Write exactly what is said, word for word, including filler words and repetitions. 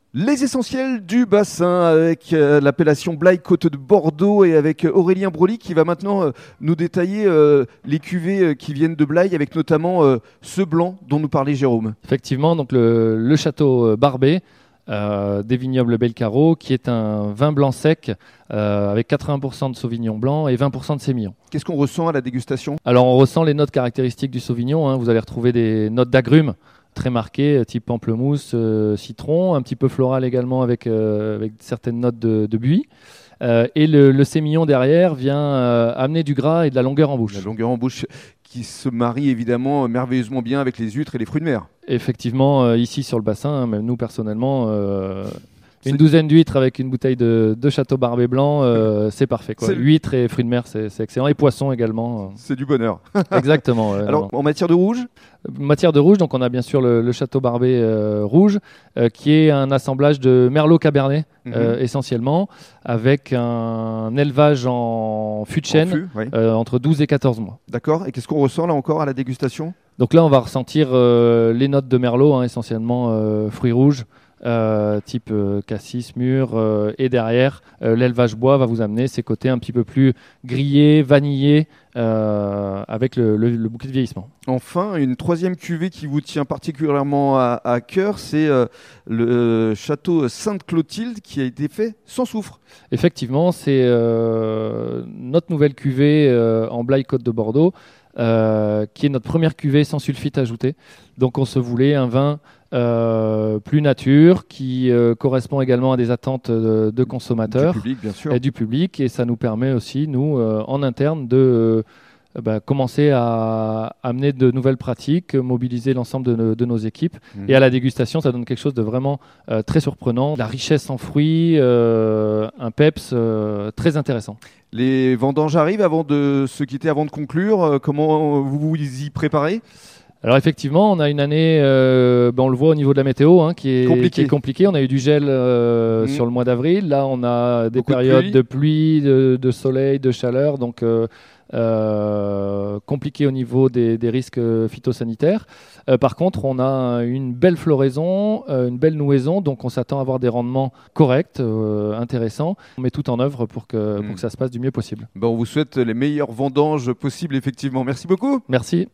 Les essentiels du bassin avec euh, l'appellation Blaye Côte de Bordeaux et avec euh, Aurélien Broli qui va maintenant euh, nous détailler euh, les cuvées euh, qui viennent de Blaye avec notamment euh, ce blanc dont nous parlait Jérôme. Effectivement, donc le, le château Barbet euh, des vignobles Belcaro qui est un vin blanc sec euh, avec quatre-vingts pour cent de Sauvignon blanc et vingt pour cent de Sémillon. Qu'est-ce qu'on ressent à la dégustation ? Alors on ressent les notes caractéristiques du Sauvignon, hein. Vous allez retrouver des notes d'agrumes très marqué, type pamplemousse, euh, citron, un petit peu floral également avec, euh, avec certaines notes de, de buis. Euh, et le, le sémillon derrière vient euh, amener du gras et de la longueur en bouche. La longueur en bouche qui se marie évidemment merveilleusement bien avec les huîtres et les fruits de mer. Effectivement, euh, ici sur le bassin, hein, même nous personnellement, euh, une C'est... douzaine d'huîtres avec une bouteille de, de Château Barbet blanc, euh, c'est parfait, quoi. C'est... Huîtres et fruits de mer, c'est, c'est excellent. Et poissons également. C'est du bonheur. Exactement. Ouais, Alors, non, non. en matière de rouge ? Matière de rouge, donc on a bien sûr le, le Château Barbet euh, rouge, euh, qui est un assemblage de Merlot Cabernet mmh. euh, essentiellement, avec un élevage en fût de chêne en fût, oui. euh, entre douze et quatorze mois. D'accord. Et qu'est-ce qu'on ressent là encore à la dégustation ? Donc là, on va ressentir euh, les notes de Merlot, hein, essentiellement euh, fruits rouges. Euh, type euh, cassis, mûr, euh, et derrière euh, l'élevage bois va vous amener ces côtés un petit peu plus grillés, vanillés, euh, avec le, le, le bouquet de vieillissement. Enfin, une troisième cuvée qui vous tient particulièrement à, à cœur, c'est euh, le château Sainte-Clotilde qui a été fait sans soufre. Effectivement, c'est euh, notre nouvelle cuvée euh, en Blaye Côte de Bordeaux, euh, qui est notre première cuvée sans sulfite ajouté. Donc on se voulait un vin Euh, plus nature, qui euh, correspond également à des attentes de, de consommateurs du public, bien sûr. Et du public, et ça nous permet aussi, nous, euh, en interne, de euh, bah, commencer à amener de nouvelles pratiques, mobiliser l'ensemble de, nos, de nos équipes, mmh. et à la dégustation, ça donne quelque chose de vraiment euh, très surprenant, la richesse en fruits, euh, un peps euh, très intéressant. Les vendanges arrivent avant de se quitter, avant de conclure. Comment vous vous y préparez ? Alors effectivement, on a une année, euh, ben on le voit au niveau de la météo, hein, qui est compliqué. Qui est compliquée. On a eu du gel euh, mmh. sur le mois d'avril. Là, on a des Beaucoup périodes de pluie, de, pluie de, de soleil, de chaleur, donc euh, euh, compliqué au niveau des, des risques phytosanitaires. Euh, par contre, on a une belle floraison, euh, une belle nouaison, donc on s'attend à avoir des rendements corrects, euh, intéressants. On met tout en œuvre pour que, mmh. pour que ça se passe du mieux possible. Ben, on vous souhaite les meilleures vendanges possibles, effectivement. Merci beaucoup. Merci.